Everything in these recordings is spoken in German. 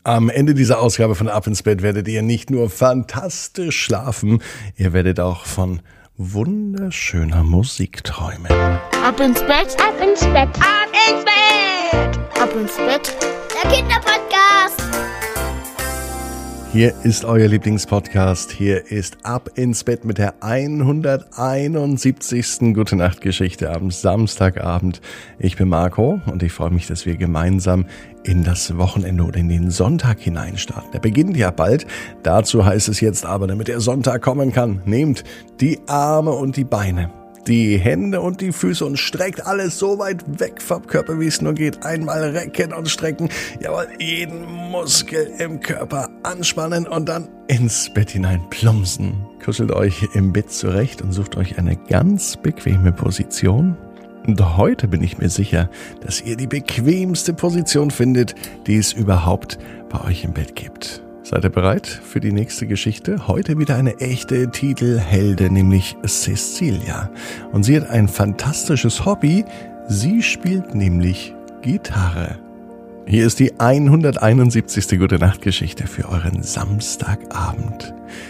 Am Ende dieser Ausgabe von Ab ins Bett werdet ihr nicht nur fantastisch schlafen, ihr werdet auch von wunderschöner Musik träumen. Ab ins Bett, ab ins Bett, ab ins Bett, ab ins Bett, der Kinderpodcast. Hier ist euer Lieblingspodcast. Hier ist Ab ins Bett mit der 171. Gute-Nacht-Geschichte am Samstagabend. Ich bin Marco und ich freue mich, dass wir gemeinsam in das Wochenende oder in den Sonntag hineinstarten. Der beginnt ja bald. Dazu heißt es jetzt aber, damit der Sonntag kommen kann, nehmt die Arme und die Beine, die Hände und die Füße und streckt alles so weit weg vom Körper, wie es nur geht. Einmal recken und strecken. Jawohl, jeden Muskel im Körper anspannen und dann ins Bett hinein plumpsen. Kuschelt euch im Bett zurecht und sucht euch eine ganz bequeme Position. Und heute bin ich mir sicher, dass ihr die bequemste Position findet, die es überhaupt bei euch im Bett gibt. Seid ihr bereit für die nächste Geschichte? Heute wieder eine echte Titelheldin, nämlich Cecilia. Und sie hat ein fantastisches Hobby. Sie spielt nämlich Gitarre. Hier ist die 171. Gute-Nacht-Geschichte für euren Samstagabend.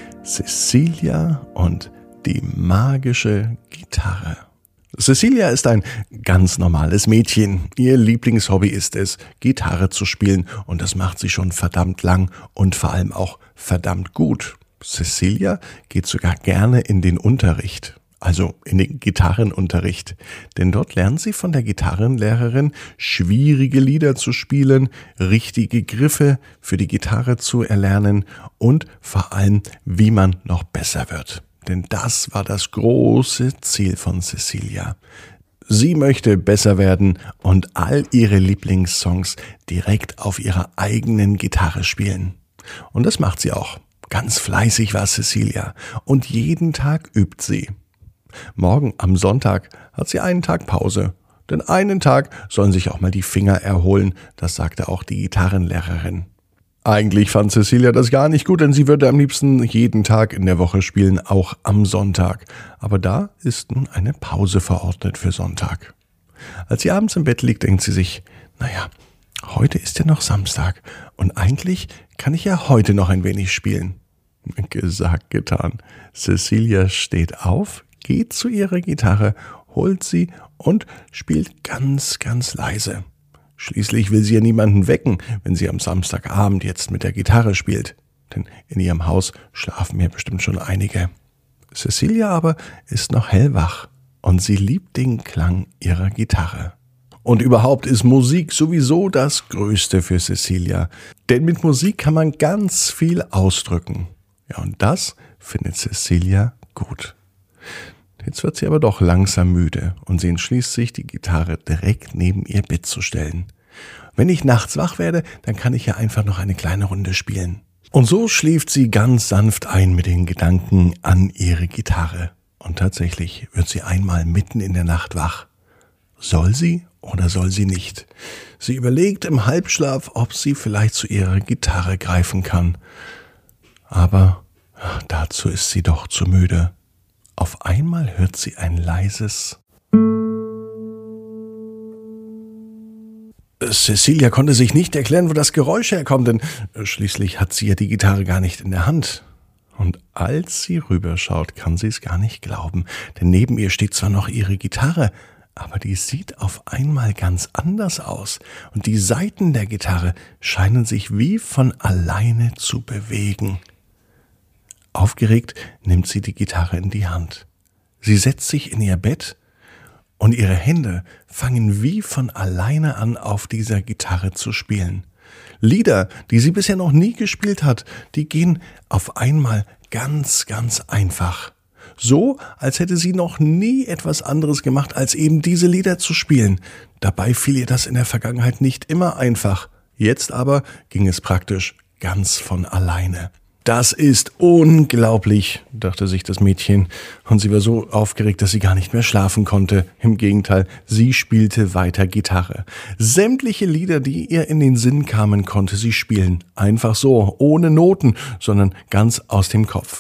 Cecilia und die magische Gitarre. Cecilia ist ein ganz normales Mädchen. Ihr Lieblingshobby ist es, Gitarre zu spielen und das macht sie schon verdammt lang und vor allem auch verdammt gut. Cecilia geht sogar gerne in den Unterricht, also in den Gitarrenunterricht, denn dort lernt sie von der Gitarrenlehrerin schwierige Lieder zu spielen, richtige Griffe für die Gitarre zu erlernen und vor allem, wie man noch besser wird. Denn das war das große Ziel von Cecilia. Sie möchte besser werden und all ihre Lieblingssongs direkt auf ihrer eigenen Gitarre spielen. Und das macht sie auch. Ganz fleißig war Cecilia und jeden Tag übt sie. Morgen am Sonntag hat sie einen Tag Pause. Denn einen Tag sollen sich auch mal die Finger erholen, das sagte auch die Gitarrenlehrerin. Eigentlich fand Cecilia das gar nicht gut, denn sie würde am liebsten jeden Tag in der Woche spielen, auch am Sonntag. Aber da ist nun eine Pause verordnet für Sonntag. Als sie abends im Bett liegt, denkt sie sich, naja, heute ist ja noch Samstag und eigentlich kann ich ja heute noch ein wenig spielen. Gesagt, getan. Cecilia steht auf, geht zu ihrer Gitarre, holt sie und spielt ganz, ganz leise. Schließlich will sie ja niemanden wecken, wenn sie am Samstagabend jetzt mit der Gitarre spielt. Denn in ihrem Haus schlafen ja bestimmt schon einige. Cecilia aber ist noch hellwach und sie liebt den Klang ihrer Gitarre. Und überhaupt ist Musik sowieso das Größte für Cecilia. Denn mit Musik kann man ganz viel ausdrücken. Ja, und das findet Cecilia gut. Jetzt wird sie aber doch langsam müde und sie entschließt sich, die Gitarre direkt neben ihr Bett zu stellen. Wenn ich nachts wach werde, dann kann ich ja einfach noch eine kleine Runde spielen. Und so schläft sie ganz sanft ein mit den Gedanken an ihre Gitarre. Und tatsächlich wird sie einmal mitten in der Nacht wach. Soll sie oder soll sie nicht? Sie überlegt im Halbschlaf, ob sie vielleicht zu ihrer Gitarre greifen kann. Aber dazu ist sie doch zu müde. Auf einmal hört sie ein leises. Cecilia konnte sich nicht erklären, wo das Geräusch herkommt, denn schließlich hat sie ja die Gitarre gar nicht in der Hand. Und als sie rüberschaut, kann sie es gar nicht glauben, denn neben ihr steht zwar noch ihre Gitarre, aber die sieht auf einmal ganz anders aus und die Saiten der Gitarre scheinen sich wie von alleine zu bewegen. Aufgeregt nimmt sie die Gitarre in die Hand. Sie setzt sich in ihr Bett und ihre Hände fangen wie von alleine an, auf dieser Gitarre zu spielen. Lieder, die sie bisher noch nie gespielt hat, die gehen auf einmal ganz, ganz einfach. So, als hätte sie noch nie etwas anderes gemacht, als eben diese Lieder zu spielen. Dabei fiel ihr das in der Vergangenheit nicht immer einfach. Jetzt aber ging es praktisch ganz von alleine. Das ist unglaublich, dachte sich das Mädchen, und sie war so aufgeregt, dass sie gar nicht mehr schlafen konnte. Im Gegenteil, sie spielte weiter Gitarre. Sämtliche Lieder, die ihr in den Sinn kamen, konnte sie spielen. Einfach so, ohne Noten, sondern ganz aus dem Kopf.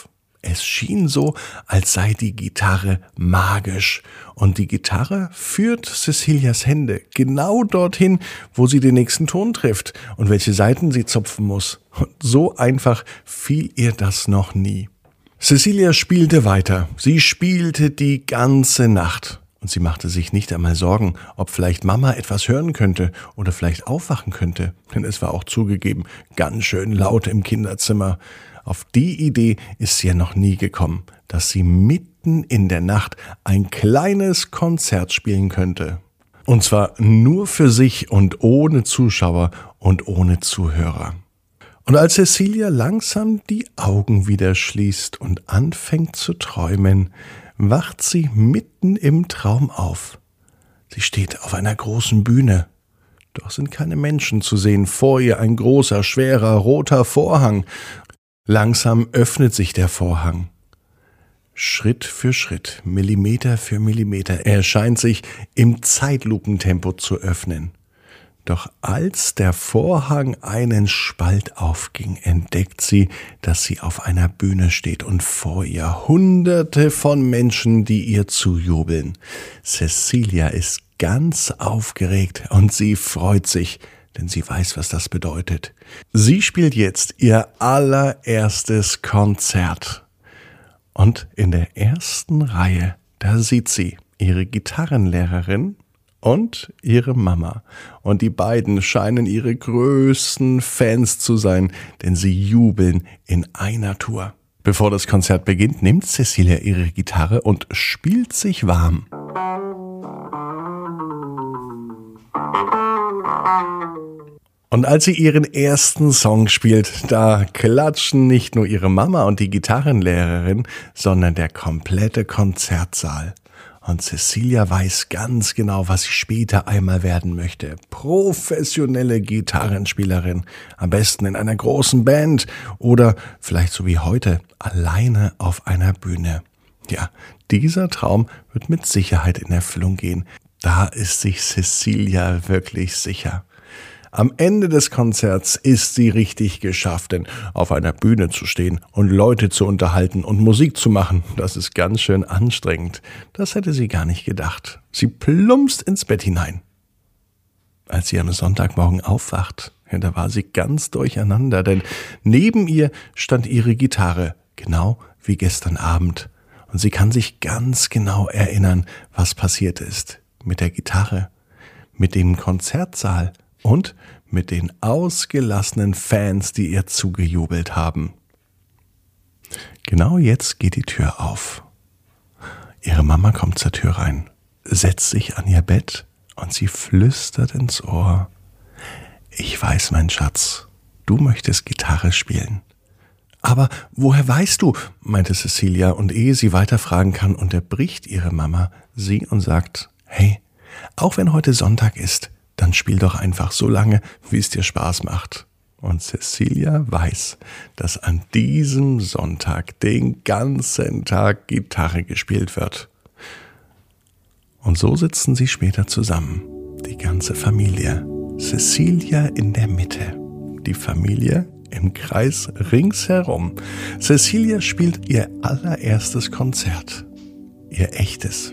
Es schien so, als sei die Gitarre magisch. Und die Gitarre führt Cecilias Hände genau dorthin, wo sie den nächsten Ton trifft und welche Saiten sie zupfen muss. Und so einfach fiel ihr das noch nie. Cecilia spielte weiter. Sie spielte die ganze Nacht. Und sie machte sich nicht einmal Sorgen, ob vielleicht Mama etwas hören könnte oder vielleicht aufwachen könnte. Denn es war auch zugegeben ganz schön laut im Kinderzimmer. Auf die Idee ist sie ja noch nie gekommen, dass sie mitten in der Nacht ein kleines Konzert spielen könnte. Und zwar nur für sich und ohne Zuschauer und ohne Zuhörer. Und als Cecilia langsam die Augen wieder schließt und anfängt zu träumen, wacht sie mitten im Traum auf. Sie steht auf einer großen Bühne. Doch sind keine Menschen zu sehen, vor ihr ein großer, schwerer, roter Vorhang. Langsam öffnet sich der Vorhang. Schritt für Schritt, Millimeter für Millimeter, er scheint sich im Zeitlupentempo zu öffnen. Doch als der Vorhang einen Spalt aufging, entdeckt sie, dass sie auf einer Bühne steht und vor ihr Hunderte von Menschen, die ihr zujubeln. Cecilia ist ganz aufgeregt und sie freut sich, denn sie weiß, was das bedeutet. Sie spielt jetzt ihr allererstes Konzert. Und in der ersten Reihe, da sieht sie ihre Gitarrenlehrerin und ihre Mama. Und die beiden scheinen ihre größten Fans zu sein, denn sie jubeln in einer Tour. Bevor das Konzert beginnt, nimmt Cecilia ihre Gitarre und spielt sich warm. Und als sie ihren ersten Song spielt, da klatschen nicht nur ihre Mama und die Gitarrenlehrerin, sondern der komplette Konzertsaal. Und Cecilia weiß ganz genau, was sie später einmal werden möchte. Professionelle Gitarrenspielerin. Am besten in einer großen Band oder vielleicht so wie heute alleine auf einer Bühne. Ja, dieser Traum wird mit Sicherheit in Erfüllung gehen. Da ist sich Cecilia wirklich sicher. Am Ende des Konzerts ist sie richtig geschafft, denn auf einer Bühne zu stehen und Leute zu unterhalten und Musik zu machen, das ist ganz schön anstrengend. Das hätte sie gar nicht gedacht. Sie plumpst ins Bett hinein. Als sie am Sonntagmorgen aufwacht, da war sie ganz durcheinander, denn neben ihr stand ihre Gitarre, genau wie gestern Abend. Und sie kann sich ganz genau erinnern, was passiert ist. Mit der Gitarre, mit dem Konzertsaal und mit den ausgelassenen Fans, die ihr zugejubelt haben. Genau jetzt geht die Tür auf. Ihre Mama kommt zur Tür rein, setzt sich an ihr Bett und sie flüstert ins Ohr: Ich weiß, mein Schatz, du möchtest Gitarre spielen. Aber woher weißt du, meinte Cecilia, und ehe sie weiterfragen kann, unterbricht ihre Mama sie und sagt: Hey, auch wenn heute Sonntag ist, dann spiel doch einfach so lange, wie es dir Spaß macht. Und Cecilia weiß, dass an diesem Sonntag den ganzen Tag Gitarre gespielt wird. Und so sitzen sie später zusammen, die ganze Familie. Cecilia in der Mitte, die Familie im Kreis ringsherum. Cecilia spielt ihr allererstes Konzert, ihr echtes.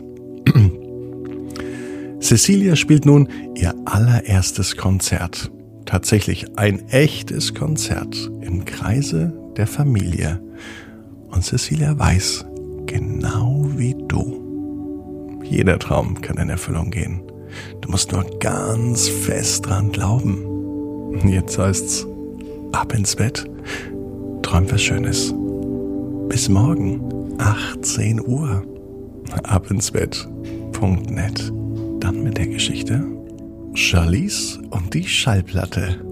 Cecilia spielt nun ihr allererstes Konzert. Tatsächlich ein echtes Konzert im Kreise der Familie. Und Cecilia weiß, genau wie du, jeder Traum kann in Erfüllung gehen. Du musst nur ganz fest dran glauben. Jetzt heißt's, ab ins Bett, träum was Schönes. Bis morgen, 18 Uhr. abinsbett.net. Dann mit der Geschichte Charlize und die Schallplatte.